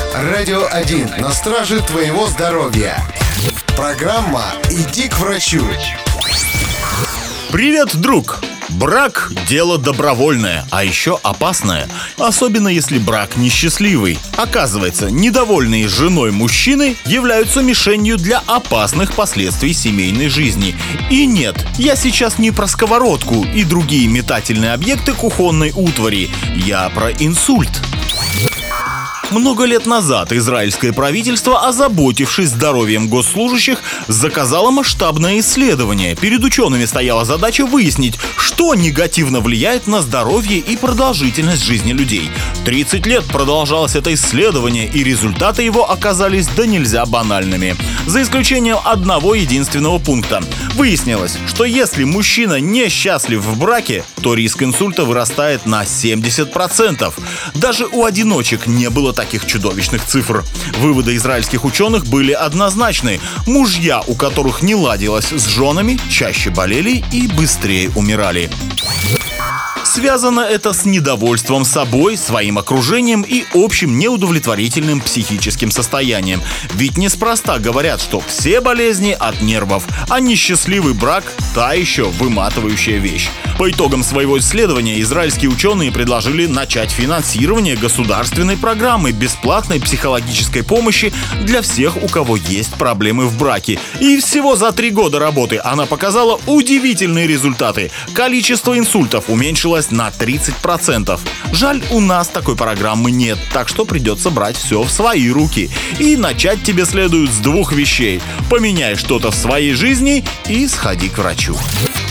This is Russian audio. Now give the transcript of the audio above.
Радио 1 на страже твоего здоровья. Программа «Иди к врачу». Привет, друг! Брак – дело добровольное, а еще опасное. Особенно если брак несчастливый. Оказывается, недовольные женой мужчины являются мишенью для опасных последствий семейной жизни. И нет, я сейчас не про сковородку и другие метательные объекты кухонной утвари. Я про инсульт. Много лет назад израильское правительство, озаботившись здоровьем госслужащих, заказало масштабное исследование. Перед учеными стояла задача выяснить, что негативно влияет на здоровье и продолжительность жизни людей. 30 лет продолжалось это исследование, и результаты его оказались да нельзя банальными. За исключением одного единственного пункта. Выяснилось, что если мужчина несчастлив в браке, то риск инсульта вырастает на 70%. Даже у одиночек не было таких чудовищных цифр. Выводы израильских ученых были однозначны. Мужья, у которых не ладилось с женами, чаще болели и быстрее умирали. Связано это с недовольством собой, своим окружением и общим неудовлетворительным психическим состоянием. Ведь неспроста говорят, что все болезни от нервов, а несчастливый брак – та еще выматывающая вещь. По итогам своего исследования израильские ученые предложили начать финансирование государственной программы бесплатной психологической помощи для всех, у кого есть проблемы в браке. И всего за 3 года работы она показала удивительные результаты. Количество инсультов уменьшилось на 30%. Жаль, у нас такой программы нет, так что придется брать все в свои руки. И начать тебе следует с 2 вещей. Поменяй что-то в своей жизни и сходи к врачу.